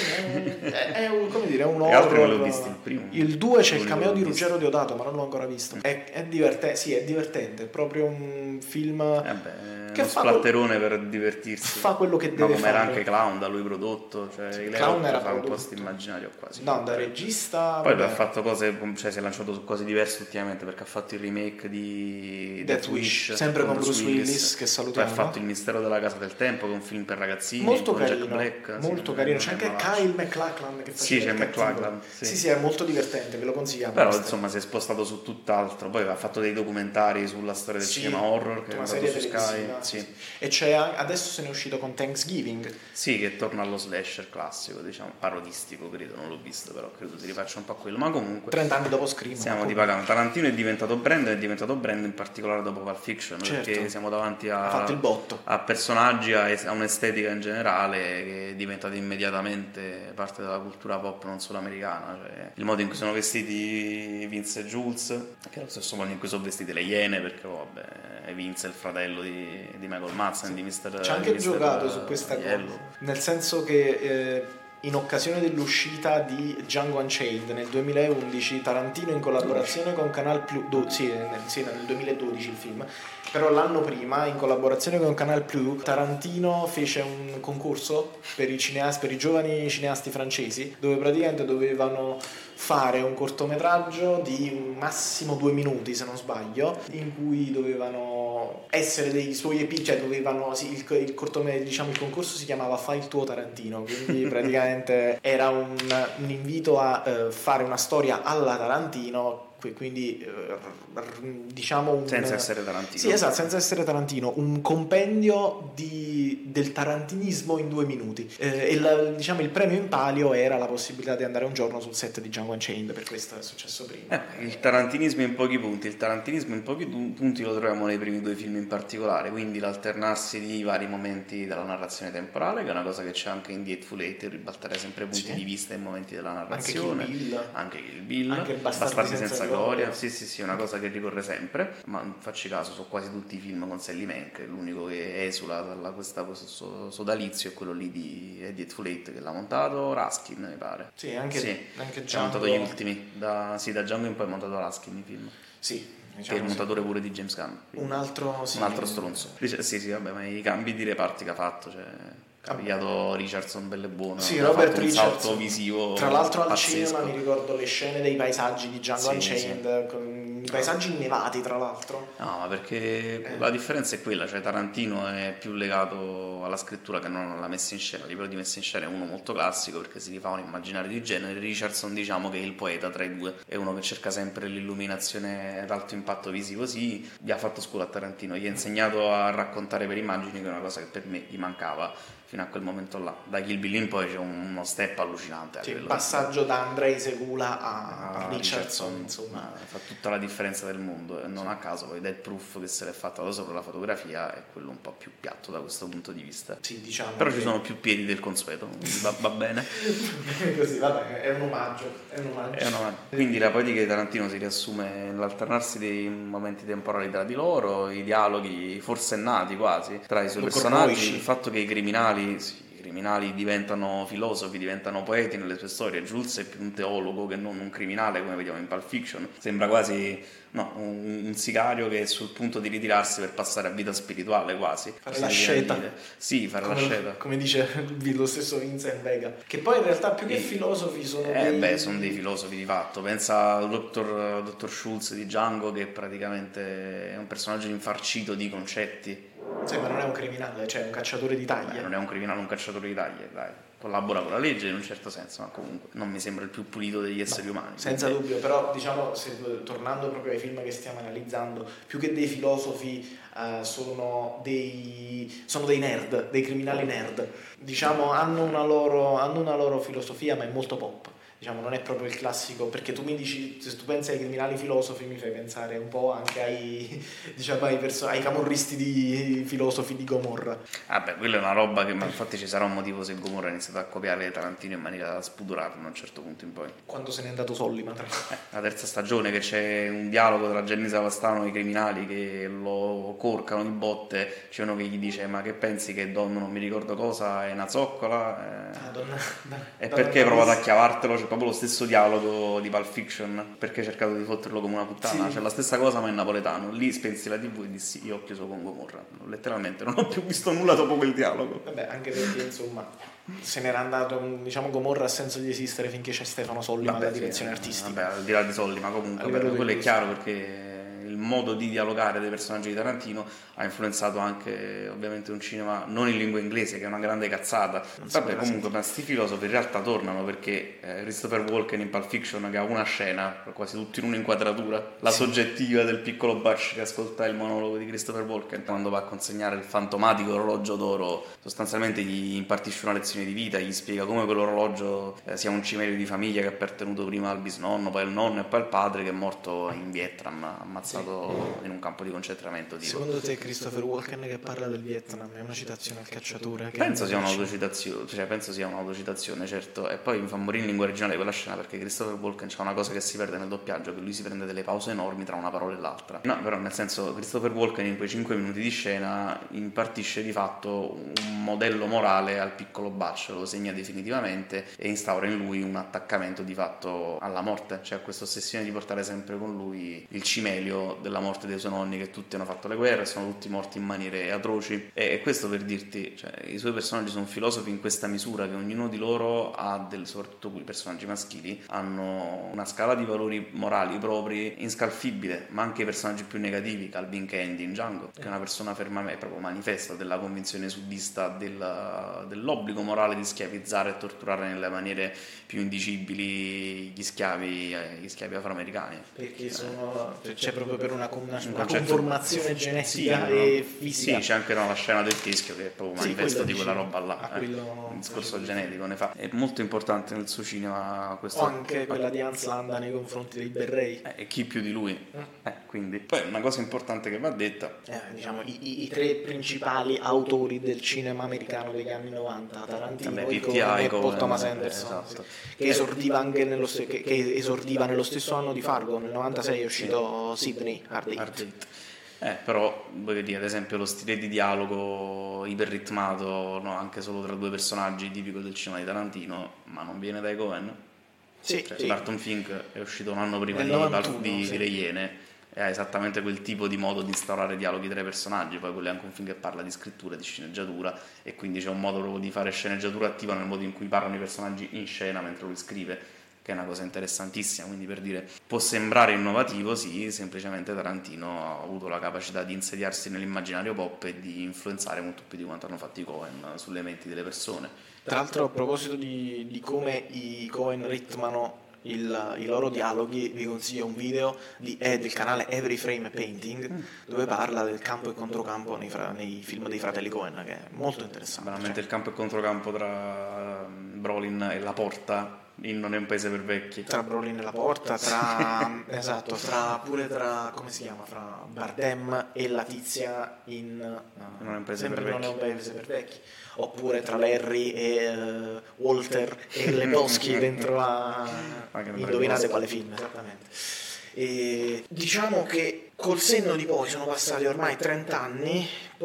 è un horror. Altro non l'ho visto il primo. Il 2 c'è il cameo di Ruggero Deodato, ma non l'ho ancora visto. È divertente, sì, è divertente, è proprio un film che uno splatterone per divertirsi. Fa quello che deve fare. Ma come era anche Clown da lui prodotto, cioè sì, il Clown era fa un post immaginario quasi. No, da regista. Poi ha fatto cose, cioè si è lanciato su cose diverse ultimamente, perché ha fatto il remake di Death Wish, sempre con Bruce Willis, che salutiamo. Poi ha fatto Il mistero della casa del tempo, che è un film per ragazzini molto con carino, Jack Black, molto carino. C'è anche Kyle MacLachlan che sì, c'è MacLachlan. Sì, è molto divertente, ve lo consigliamo. Però insomma si è spostato su tutt'altro. Poi ha fatto dei documentari sulla storia del cinema horror, che è andato su Sky. Sì. E adesso se ne è uscito con Thanksgiving. Sì, che torna allo slasher classico, diciamo, parodistico, credo, non l'ho visto, però credo si rifaccia un po' a quello. Ma comunque 30 anni dopo Scream. Stiamo divagando. Tarantino è diventato brand in particolare dopo Pulp Fiction, perché siamo davanti a personaggi, a a un'estetica in generale che è diventata immediatamente parte della cultura pop non solo americana, cioè il modo in cui sono vestiti Vince e Jules, che è lo stesso modo in cui sono vestite le Iene, perché vabbè, Vince è il fratello di Michael Madsen, di Mr. C'è anche giocato su questa cosa, nel senso che in occasione dell'uscita di Django Unchained nel 2011, Tarantino in collaborazione con Canal Plus, nel 2012 il film, però l'anno prima in collaborazione con Canal Plus Tarantino fece un concorso per i giovani cineasti francesi, dove praticamente dovevano fare un cortometraggio di massimo 2 minuti, se non sbaglio, in cui dovevano essere dei suoi cioè dovevano, il concorso si chiamava Fai il tuo Tarantino, quindi praticamente era un invito a fare una storia alla Tarantino, quindi diciamo senza essere Tarantino. Sì, esatto, senza essere Tarantino, un compendio del tarantinismo in 2 minuti, e il premio in palio era la possibilità di andare un giorno sul set di Django Unchained, per questo è successo prima. Il tarantinismo in pochi punti lo troviamo nei primi 2 film in particolare, quindi l'alternarsi di vari momenti della narrazione temporale, che è una cosa che c'è anche in The Hateful Eight, ribaltare sempre punti di vista e momenti della narrazione, anche Kill Bill, anche Bastardi senza gloria, sì, una cosa che ricorre sempre, ma facci caso, su quasi tutti i film con Sally Mank, l'unico che esula da questo sodalizio è quello lì di The Hateful Eight, che l'ha montato Raskin, mi pare. Sì, anche Django. Ha montato gli ultimi, da Django in poi ha montato Raskin i film. Sì, che è il montatore pure di James Gunn. Un altro stronzo. Sì, vabbè, ma i cambi di reparti che ha fatto, cioè capigliato Richardson bello e buono, sì, Robert Richardson, salto visivo tra l'altro al pazzesco. Cinema mi ricordo le scene dei paesaggi di Django Unchained, con i paesaggi innevati tra l'altro. No, ma perché la differenza è quella, cioè Tarantino è più legato alla scrittura che non alla messa in scena. Il livello di messa in scena è uno molto classico perché si rifà un immaginario di genere. Richardson, diciamo che è il poeta tra i due, è uno che cerca sempre l'illuminazione ad alto impatto visivo. Sì, gli ha fatto scuola a Tarantino, gli ha insegnato a raccontare per immagini, che è una cosa che per me gli mancava fino a quel momento là. Da Kill Bill in poi c'è uno step allucinante, il passaggio da Andrei Segula a Richardson, insomma, fa tutta la differenza del mondo, e non a caso poi Dead Proof, che se l'è fatta da sopra la fotografia, è quello un po' più piatto da questo punto di vista. Sì, diciamo, però ci sono più piedi del consueto, va bene. Così, vabbè, è un omaggio. Quindi la poetica di Tarantino si riassume nell'alternarsi dei momenti temporali tra di loro, i dialoghi forsennati quasi tra i suoi personaggi, il fatto che i criminali diventano filosofi, diventano poeti nelle sue storie. Jules è più un teologo che non un criminale, come vediamo in Pulp Fiction. Sembra quasi un sicario che è sul punto di ritirarsi per passare a vita spirituale, quasi. Fare la sceta. Sì, fare la sceta. Come dice lo stesso Vincent Vega. Che poi in realtà più che filosofi sono sono dei filosofi di fatto. Pensa al dottor Schultz di Django, che praticamente è un personaggio infarcito di concetti. Sì, ma non è un criminale, cioè è un cacciatore di taglie. Non è un criminale, un cacciatore di taglie, dai. Collabora con la legge in un certo senso, ma comunque non mi sembra il più pulito degli esseri umani. Senza dubbio, però diciamo, tornando proprio ai film che stiamo analizzando, più che dei filosofi sono dei nerd, dei criminali nerd. Diciamo, hanno una loro filosofia, ma è molto pop. Diciamo, non è proprio il classico, perché tu mi dici, se tu pensi ai criminali filosofi mi fai pensare un po' anche ai camorristi di filosofi di Gomorra. Quella è una roba che, ma infatti ci sarà un motivo se Gomorra ha iniziato a copiare Tarantino in maniera da spudorarlo a un certo punto in poi. Quando se n'è andato Sollima, tra l'altro. La terza stagione, che c'è un dialogo tra Gianni Savastano e i criminali che lo corcano di botte, c'è uno che gli dice: ma che pensi che Don non mi ricordo cosa è una zoccola? E perché hai provato a chiavartelo? C'è proprio lo stesso dialogo di Pulp Fiction, perché hai cercato di fotterlo come una puttana. C'è la stessa cosa ma in napoletano. Lì spensi la TV e dissi: io ho chiuso con Gomorra, letteralmente non ho più visto nulla dopo quel dialogo. Anche perché insomma se n'era andato, diciamo, Gomorra ha senso di esistere finché c'è Stefano Sollima alla direzione artistica. Al di là di Sollima, comunque quello è chiaro, perché il modo di dialogare dei personaggi di Tarantino ha influenzato anche ovviamente un cinema non in lingua inglese, che è una grande cazzata. Comunque questi filosofi in realtà tornano, perché Christopher Walken in Pulp Fiction, che ha una scena quasi tutto in un'inquadratura, la soggettiva del piccolo Butch che ascolta il monologo di Christopher Walken quando va a consegnare il fantomatico orologio d'oro, sostanzialmente gli impartisce una lezione di vita, gli spiega come quell'orologio sia un cimelio di famiglia che è appartenuto prima al bisnonno, poi al nonno e poi al padre, che è morto in Vietnam ammazzato stato in un campo di concentramento tipo. Secondo te Christopher Walken che parla del Vietnam è una citazione al cacciatore? Penso sia un'autocitazione, certo, e poi mi fa morire in lingua originale quella scena, perché Christopher Walken c'ha una cosa che si perde nel doppiaggio, che lui si prende delle pause enormi tra una parola e l'altra. No, però nel senso, Christopher Walken in quei 5 minuti di scena impartisce di fatto un modello morale al piccolo Butch, lo segna definitivamente e instaura in lui un attaccamento di fatto alla morte, cioè questa ossessione di portare sempre con lui il cimelio della morte dei suoi nonni, che tutti hanno fatto le guerre, sono tutti morti in maniere atroci, e questo per dirti, cioè, i suoi personaggi sono filosofi in questa misura, che ognuno di loro ha soprattutto i personaggi maschili hanno una scala di valori morali propri inscalfibile, ma anche i personaggi più negativi, Calvin Candy in Django, che è una persona fermamente proprio manifesta della convinzione suddista dell'obbligo morale di schiavizzare e torturare nelle maniere più indicibili gli schiavi afroamericani, perché c'è proprio per una conformazione genetica e fisica. Sì, c'è anche la scena del teschio che è proprio manifesto di quella roba là, il discorso genetico ne fa. È molto importante nel suo cinema questo. O anche quella di Hans Landa nei confronti dei Berrei. E chi più di lui? Quindi poi una cosa importante che va detta, diciamo i tre principali autori del cinema americano degli anni 90, Tarantino, Coen e Paul Thomas Anderson, esatto. che esordiva anche che esordiva nello stesso anno di Fargo. Nel 96 è uscito Sidney Hard Eight. Però voglio dire, ad esempio lo stile di dialogo iperritmato, no, anche solo tra due personaggi, tipico del cinema di Tarantino, ma non viene dai Coen. Sì. Barton Fink è uscito un anno prima di Le Iene, e ha esattamente quel tipo di modo di instaurare dialoghi tra i personaggi. Poi quello è anche un film che parla di scrittura, di sceneggiatura, e quindi c'è un modo proprio di fare sceneggiatura attiva nel modo in cui parlano i personaggi in scena mentre lui scrive, che è una cosa interessantissima. Quindi, per dire, può sembrare innovativo, sì, semplicemente Tarantino ha avuto la capacità di insediarsi nell'immaginario pop e di influenzare molto più di quanto hanno fatto i Coen sulle menti delle persone. Tra l'altro, a proposito di come i Coen ritmano i loro dialoghi, vi consiglio un video del canale Every Frame Painting, dove parla del campo e controcampo nei film dei fratelli Coen, che è molto interessante. Veramente il campo e controcampo tra Brolin e La Porta in Non è un paese per vecchi. Tra Brolin e La Porta, esatto, tra come si chiama? Fra Bardem e la tizia in Non è un paese sempre per Non è vecchi. un paese per vecchi. Oppure tra Larry e Walter e Lebowski dentro a indovinate quale film, esattamente. E diciamo che col senno di poi, sono passati ormai 30 anni,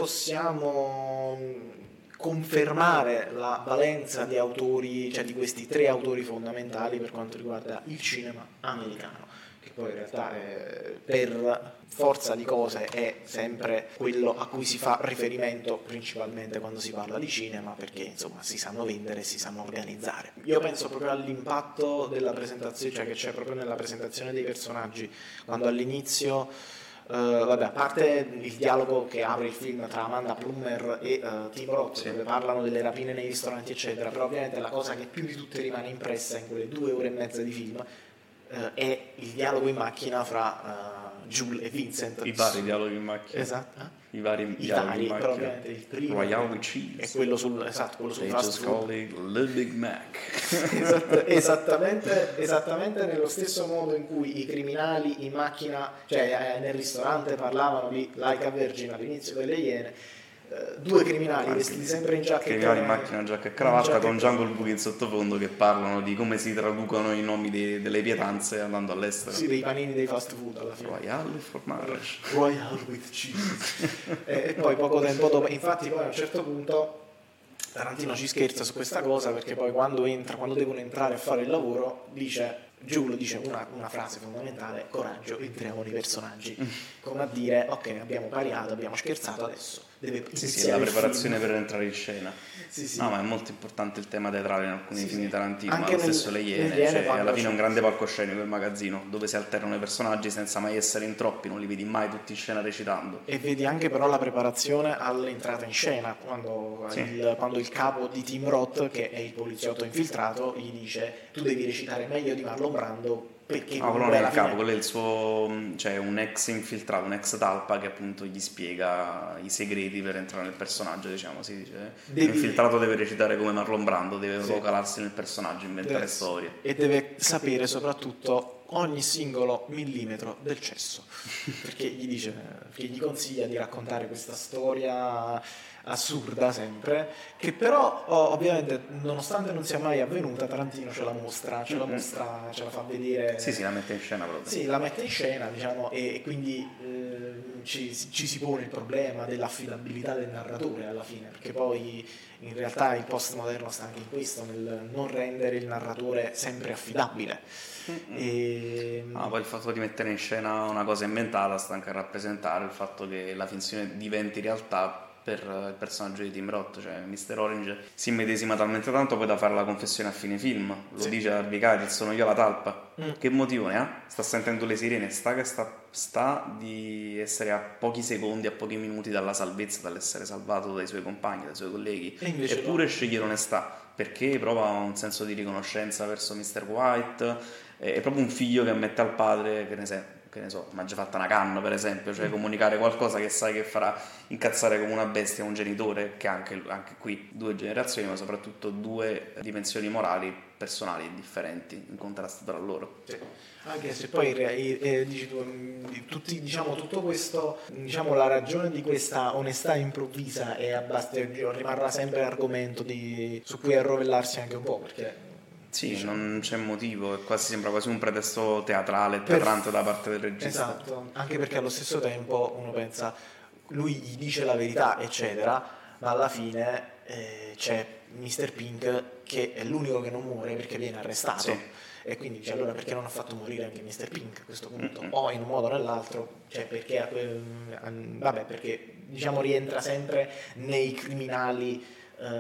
possiamo confermare la valenza di autori, cioè di questi tre autori fondamentali per quanto riguarda il cinema americano, che poi in realtà per forza di cose è sempre quello a cui si fa riferimento principalmente quando si parla di cinema, perché insomma si sanno vendere e si sanno organizzare. Io penso proprio all'impatto della presentazione, cioè che c'è proprio nella presentazione dei personaggi, quando all'inizio a parte il dialogo che apre il film tra Amanda Plummer e Tim Roth, dove parlano delle rapine nei ristoranti eccetera, però ovviamente la cosa che più di tutte rimane impressa in quelle 2 ore e mezza di film è il dialogo in macchina fra Jules e Vincent. I vari dialoghi in macchina. Esatto. I vari dialoghi in macchina. Però ovviamente il primo Royale with cheese. è quello sul fast food. The Big Mac. Esattamente nello stesso modo in cui i criminali in macchina, cioè nel ristorante, parlavano di Like a Virgin all'inizio delle Iene. 2 criminali vestiti sempre in giacca e cravatta, in macchina, giacca e cravatta, con Jungle Book in sottofondo, che parlano di come si traducono i nomi delle pietanze andando all'estero. Sì, dei panini dei fast food alla fine. Royale formaggio. Royale with cheese. E poi poco tempo dopo, infatti poi a un certo punto Tarantino ci scherza su questa cosa, perché poi quando devono entrare a fare il lavoro Jules dice una frase fondamentale: coraggio, entriamo nei personaggi, come a dire ok, abbiamo pariato, abbiamo scherzato, adesso deve iniziare la preparazione per entrare in scena. Sì. No, ma è molto importante il tema teatrale in alcuni film di Tarantino, anche ma lo stesso Le Iene, cioè, alla fine è un grande palcoscenico il magazzino, dove si alternano i personaggi senza mai essere in troppi, non li vedi mai tutti in scena recitando. E vedi anche però la preparazione all'entrata in scena, quando il capo di Tim Roth, che è il poliziotto infiltrato, gli dice: tu devi recitare meglio di Marlon Brando perché quello comunque non è alla il capo, fine... quello è il suo, cioè un ex infiltrato, un ex talpa che appunto gli spiega i segreti per entrare nel personaggio, diciamo, si dice. L'infiltrato deve recitare come Marlon Brando, deve Sì. calarsi nel personaggio, inventare storie. E deve sapere soprattutto ogni singolo millimetro del cesso, perché gli consiglia di raccontare questa storia assurda sempre, che però ovviamente nonostante non sia mai avvenuta, Tarantino ce la mostra, ce la fa vedere. Sì, la mette in scena proprio. Sì, la mette in scena, diciamo, e quindi ci si pone il problema dell'affidabilità del narratore alla fine, perché poi in realtà il postmoderno sta anche in questo, nel non rendere il narratore sempre affidabile. Poi il fatto di mettere in scena una cosa inventata sta anche a rappresentare il fatto che la finzione diventi realtà per il personaggio di Tim Roth, cioè Mr. Orange si immedesima talmente tanto poi da fare la confessione a fine film, lo dice a Harvey Keitel, sono io la talpa. Che motivo ne ha? Sta sentendo le sirene, sta di essere a pochi secondi, a pochi minuti dalla salvezza, dall'essere salvato dai suoi compagni, dai suoi colleghi, eppure sceglie l'onestà perché prova un senso di riconoscenza verso Mr. White, è proprio un figlio che ammette al padre che ne so, mangia fatta una canna per esempio, cioè comunicare qualcosa che sai che farà incazzare come una bestia un genitore, che anche qui due generazioni, ma soprattutto due dimensioni morali personali differenti, in contrasto tra loro. Sì. Anche se poi dici tu, tutto questo, la ragione di questa onestà improvvisa rimarrà sempre l'argomento su cui arrovellarsi anche un po', perché sì, non c'è motivo, sembra quasi un pretesto teatrante da parte del regista. Esatto, anche perché allo stesso tempo uno pensa, lui gli dice la verità, eccetera, ma alla fine c'è Mr. Pink che è l'unico che non muore perché viene arrestato. Sì. E quindi dice, allora perché non ha fatto morire anche Mr. Pink a questo punto? O in un modo o nell'altro, perché rientra sempre nei criminali,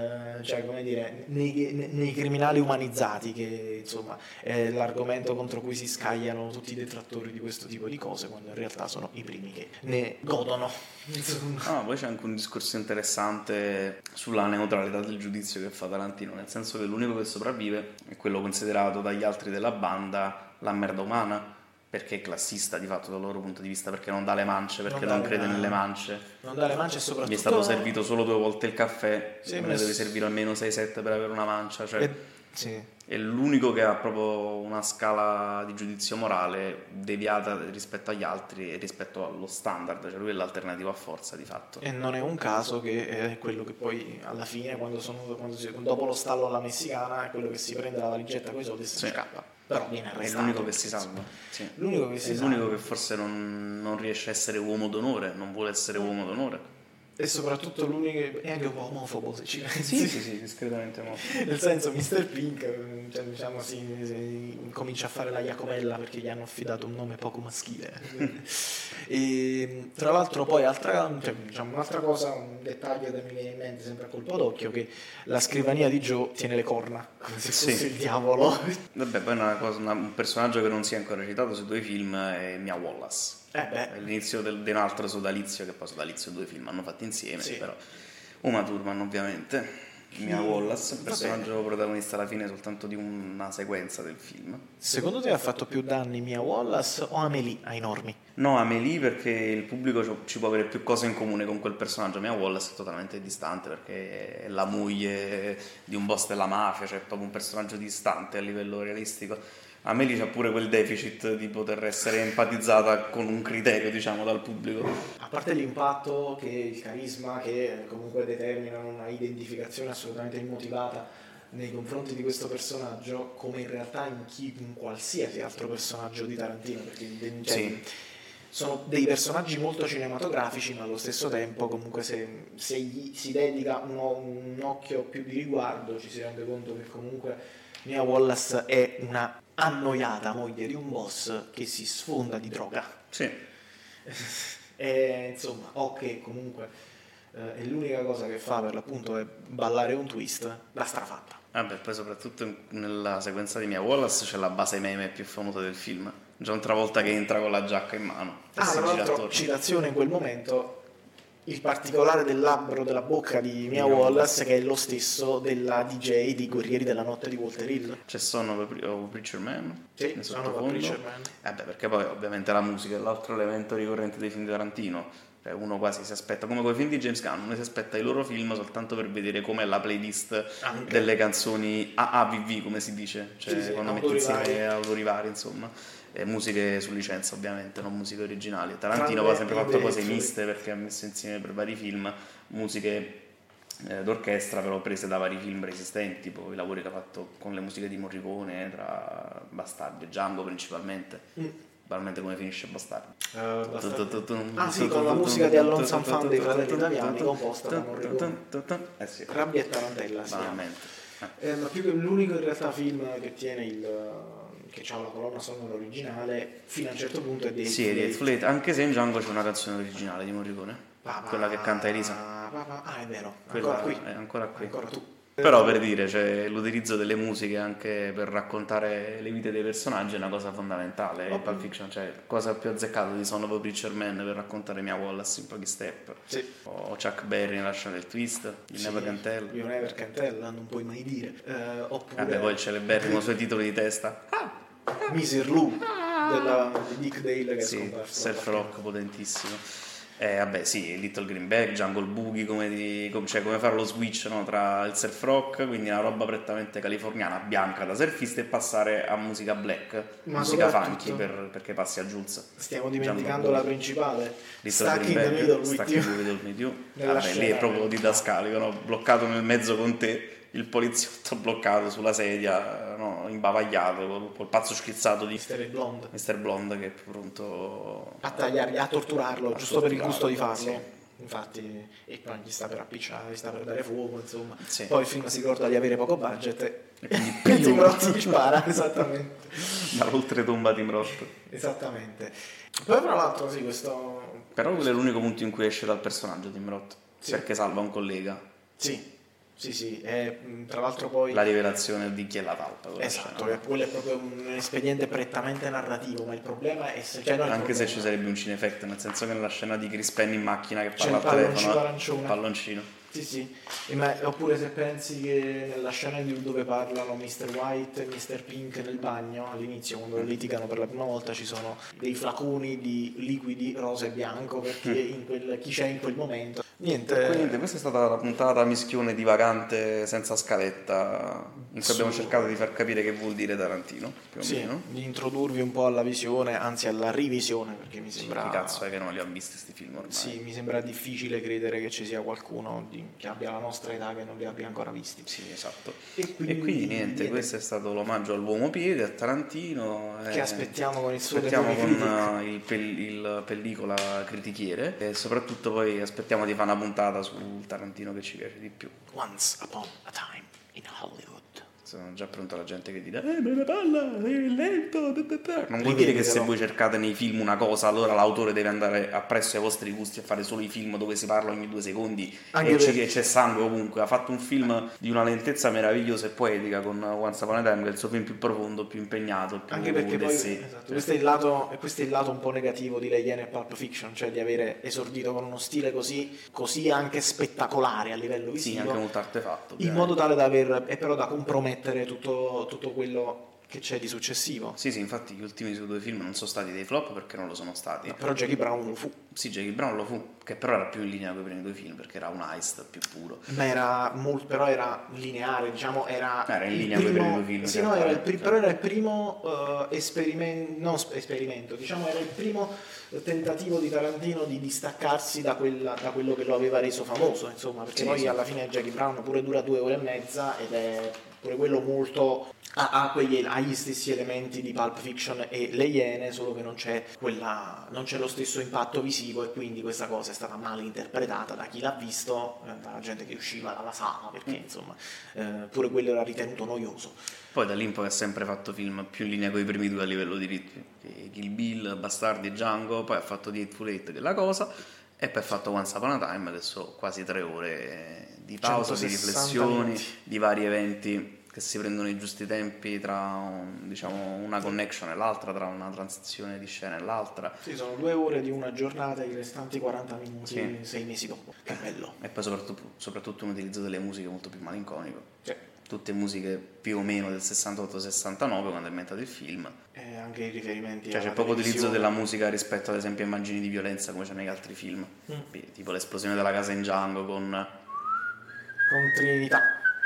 nei criminali umanizzati, che insomma è l'argomento contro cui si scagliano tutti i detrattori di questo tipo di cose, quando in realtà sono i primi che ne godono. Poi c'è anche un discorso interessante sulla neutralità del giudizio che fa Tarantino, nel senso che l'unico che sopravvive è quello considerato dagli altri della banda la merda umana, perché è classista di fatto dal loro punto di vista, perché non dà le mance, perché non crede nelle mance. Non dà le mance e soprattutto... Mi è stato servito solo 2 volte il caffè, me ne deve servire almeno 6-7 per avere una mancia, cioè è l'unico che ha proprio una scala di giudizio morale deviata rispetto agli altri e rispetto allo standard, cioè lui è l'alternativa a forza di fatto. E non è un caso che è quello che poi alla fine, dopo lo stallo alla messicana, è quello che si prende la valigetta con i soldi e si scappa. Però viene arrestato. È l'unico che si salva. Sì. L'unico che forse non riesce a essere uomo d'onore, non vuole essere uomo d'onore. E soprattutto l'unico è anche un po' omofobo, se ci Sì, pensi. discretamente omofobo. Nel senso, Mr. Pink comincia a fare la Iacovella perché gli hanno affidato un nome poco maschile. E tra l'altro poi un'altra cosa, un dettaglio che mi viene in mente sempre a colpo d'occhio, che la scrivania di Joe tiene le corna, come se fosse il diavolo. Vabbè, poi un personaggio che non si è ancora citato su 2 film è Mia Wallace. All'inizio di un altro sodalizio, che poi sodalizio 2 film hanno fatto insieme, però Uma Thurman ovviamente, Mia Wallace, personaggio protagonista alla fine soltanto di una sequenza del film. Secondo te ha fatto più danni Mia Wallace o Amélie ai normi? No, Amélie, perché il pubblico ci può avere più cose in comune con quel personaggio. Mia Wallace è totalmente distante perché è la moglie di un boss della mafia, cioè è proprio un personaggio distante a livello realistico. Amélie c'ha pure quel deficit di poter essere empatizzata con un criterio, diciamo, dal pubblico. A parte l'impatto che il carisma, che comunque determina una identificazione assolutamente immotivata nei confronti di questo personaggio, come in realtà in qualsiasi altro personaggio di Tarantino, perché sono dei personaggi molto cinematografici, ma allo stesso tempo comunque se gli si dedica un occhio più di riguardo ci si rende conto che comunque Mia Wallace è una annoiata moglie di un boss che si sfonda di droga. Sì. E insomma, che comunque è l'unica cosa che fa per l'appunto è ballare un twist, l'ha strafatta. Vabbè, poi soprattutto nella sequenza di Mia Wallace c'è la base meme più famosa del film, John Travolta che entra con la giacca in mano. Tra l'altro, citazione in quel momento, il particolare del labbro della bocca di Mia Wallace, che è lo stesso della DJ di Guerrieri della Notte di Walter Hill. C'è Son of a Preacher Man? Sì, Son of a Preacher Man. Perché poi ovviamente la musica è l'altro elemento ricorrente dei film di Tarantino. Cioè, uno quasi si aspetta, come con i film di James Gunn, uno si aspetta i loro film soltanto per vedere com'è la playlist delle canzoni AAVV, come si dice, cioè sì, quando metti insieme autori vari, insomma. Musiche su licenza ovviamente, non musiche originali. Tarantino poi ha sempre fatto cose miste, perché ha messo insieme per vari film musiche d'orchestra però prese da vari film preesistenti, tipo i lavori che ha fatto con le musiche di Morricone, tra Bastardi e Django principalmente. Probabilmente come finisce Bastardi. Sì, con la musica di Lonesome Fan dei Fratelli Italiani, composta da Morricone. Sì. Rabbia e Tarantella, sì. Ma più che l'unico in realtà film che tiene che ha la colonna sonora originale fino a un certo punto è di Hateful Eight, anche se in Django c'è una canzone originale di Morricone, quella che canta Elisa. È vero, quella ancora qui. È ancora qui. Ancora tu. Però per dire, cioè, l'utilizzo delle musiche anche per raccontare le vite dei personaggi è una cosa fondamentale. In Pulp Fiction, cioè, cosa più azzeccata di Son of a Preacher Man per raccontare Mia Wallace in pochi step. Sì. O Chuck Berry nella scena del twist, You Never Can Tell. You Never Can Tell, non puoi mai dire. Oppure Vabbè, poi il celeberrimo suoi titoli di testa. Mr. Lou di Dick Dale, che è scomparso. Self-rock potentissimo. Sì, Little Green Bag, Jungle Boogie, come fare lo switch, no, tra il surf rock, quindi una roba prettamente californiana, bianca da surfista, e passare a musica black, musica funky, perché passi a Jules. Stiamo dimenticando la principale, Stuck in the Middle with You. Vabbè, lì è proprio didascalico, no? Bloccato nel mezzo con te, il poliziotto bloccato sulla sedia, no, imbavagliato, col pazzo schizzato di Mr. Blonde che è pronto a tagliargli, a torturarlo, giusto per il gusto di farlo. Sì. Infatti, e poi gli sta per appicciare, gli sta per dare fuoco, insomma. Sì. Poi il film si ricorda di avere poco budget e quindi Tim Roth gli spara, esattamente. Dall'oltretomba Tim Roth. Esattamente. Poi tra l'altro sì, questo... Però quello è l'unico punto in cui esce dal personaggio Tim Roth, sì, perché salva un collega. Sì, e tra l'altro poi... La rivelazione di chi è la talpa. Esatto, che quello è proprio un espediente prettamente narrativo, ma il problema è se... Anche se ci sarebbe un cinefetto, nel senso che nella scena di Chris Penn in macchina che parla al telefono, palloncino. Sì, oppure se pensi che nella scena dove parlano Mr. White e Mr. Pink nel bagno, all'inizio quando litigano per la prima volta, ci sono dei flaconi di liquidi rosa e bianco, perché chi c'è in quel momento. Niente, questa è stata la puntata mischione divagante senza scaletta, in cui abbiamo cercato di far capire che vuol dire Tarantino, più o meno. Di introdurvi un po' alla visione, anzi alla rivisione, perché mi sembra... Chi cazzo è che non li ha visti questi film ormai? Sì, mi sembra difficile credere che ci sia qualcuno che abbia la nostra età che non li abbia ancora visti. Sì, esatto. E quindi niente, questo è stato l'omaggio all'uomo piede, a Tarantino. Che aspettiamo con il suo il pellicola critichiere, e soprattutto poi aspettiamo di fare una puntata sul Tarantino che ci piace di più. Once Upon a Time in Hollywood. Sono già pronta la gente che dirà me ne parla, è lento. Non vuol dire che se voi cercate nei film una cosa, allora l'autore deve andare appresso ai vostri gusti a fare solo i film dove si parla ogni 2 secondi e c'è sangue ovunque. Ha fatto un film di una lentezza meravigliosa e poetica con Once Upon a Time, che è il suo film più profondo, più impegnato, più anche perché poi esatto, questo è il lato un po' negativo di Le Iene e Pulp Fiction, cioè di avere esordito con uno stile così anche spettacolare a livello visivo, sì, anche molto artefatto, in modo tale da però da compromettere tutto quello che c'è di successivo. Sì, infatti gli ultimi 2 film non sono stati dei flop perché non lo sono stati. Però Jackie Brown lo fu. Sì, Jackie Brown lo fu, che però era più in linea con i primi 2 film perché era un heist più puro. Però era lineare, diciamo, era in linea con i primi 2 film. Sì, no, però era il primo esperimento, diciamo, era il primo tentativo di Tarantino di distaccarsi da quello che lo aveva reso famoso, insomma, perché poi alla fine Jackie Brown pure dura 2 ore e mezza ed è pure quello molto ha gli stessi elementi di Pulp Fiction e Le Iene, solo che non c'è lo stesso impatto visivo, e quindi questa cosa è stata mal interpretata da chi l'ha visto, dalla gente che usciva dalla sala, perché insomma pure quello era ritenuto noioso. Poi da lì in poi ha sempre fatto film più in linea con i primi 2 a livello di ritmi, Kill Bill, Bastardi e Django, poi ha fatto The Hateful Eight, che è la cosa, e poi ha fatto Once Upon a Time, adesso quasi 3 ore di pausa, di riflessioni, di vari eventi che si prendono i giusti tempi tra una connection e l'altra, tra una transizione di scena e l'altra. Sì, sono 2 ore di una giornata, i restanti 40 minuti 6 mesi dopo. Che bello. E poi soprattutto un utilizzo delle musiche molto più malinconico. Sì. Tutte musiche più o meno del 68-69 quando è inventato il film. E anche i riferimenti C'è poco utilizzo della musica rispetto ad esempio a immagini di violenza come c'è negli altri film. Tipo l'esplosione della casa in Django con Trinità.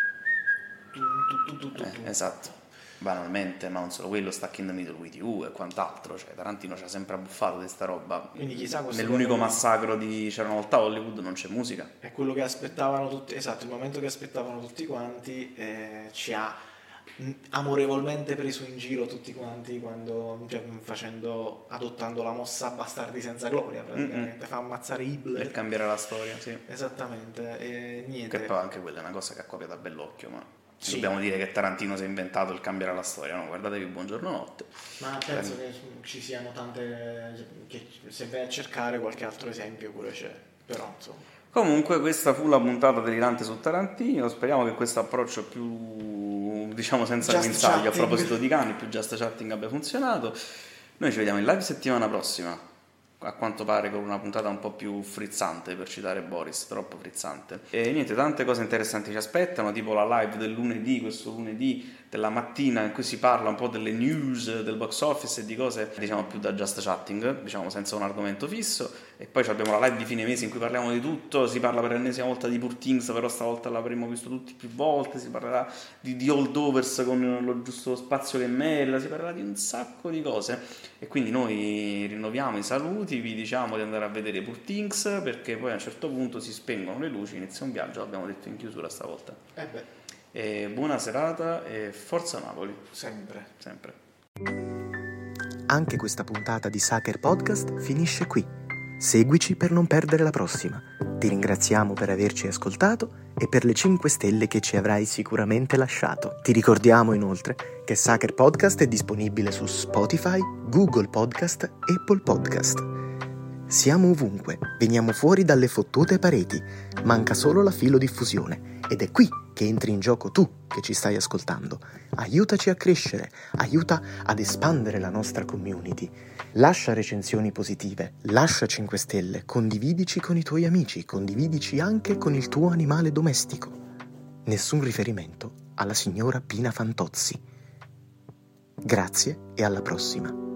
Esatto, banalmente, ma non solo quello, Stuck in the Middle with You e quant'altro, cioè Tarantino ci ha sempre abbuffato di sta roba. Quindi chissà nell'unico massacro di C'era una volta a Hollywood non c'è musica. È quello che aspettavano tutti, esatto, il momento che aspettavano tutti quanti, ci ha amorevolmente preso in giro tutti quanti quando, adottando la mossa Bastardi senza gloria, praticamente fa ammazzare Hitler Per cambiare la storia, sì. Esattamente, e niente. Che poi anche quella è una cosa che ha copiato a bell'occhio, ma sì. Dobbiamo dire che Tarantino si è inventato il cambiare la storia, no? Guardatevi Buongiorno Notte. Ma penso che ci siano tante, che se vai a cercare qualche altro esempio pure c'è, però insomma. Comunque questa fu la puntata delirante su Tarantino, speriamo che questo approccio più, senza guinzaglio a proposito di cani, più just chatting abbia funzionato. Noi ci vediamo in live settimana prossima, a quanto pare con una puntata un po' più frizzante, per citare Boris, troppo frizzante. E niente, tante cose interessanti ci aspettano, tipo la live del lunedì, questo lunedì della mattina, in cui si parla un po' delle news del box office e di cose più da just chatting, senza un argomento fisso. E poi abbiamo la live di fine mese in cui parliamo di tutto, si parla per l'ennesima volta di Poor Things, però stavolta l'avremo visto tutti più volte, si parlerà di Holdovers con lo giusto spazio che merita, si parlerà di un sacco di cose. E quindi noi rinnoviamo i saluti, vi diciamo di andare a vedere Poor Things, perché poi a un certo punto si spengono le luci, inizia un viaggio, l'abbiamo detto in chiusura stavolta. E buona serata e forza Napoli. Sempre. Anche questa puntata di Sucker Podcast finisce qui. Seguici per non perdere la prossima. Ti ringraziamo per averci ascoltato e per le 5 stelle che ci avrai sicuramente lasciato. Ti ricordiamo inoltre che Sucker Podcast è disponibile su Spotify, Google Podcast, Apple Podcast. Siamo ovunque, veniamo fuori dalle fottute pareti, manca solo la filodiffusione ed è qui che entri in gioco tu che ci stai ascoltando. Aiutaci a crescere, aiuta ad espandere la nostra community. Lascia recensioni positive, lascia 5 stelle, condividici con i tuoi amici, condividici anche con il tuo animale domestico. Nessun riferimento alla signora Pina Fantozzi. Grazie e alla prossima.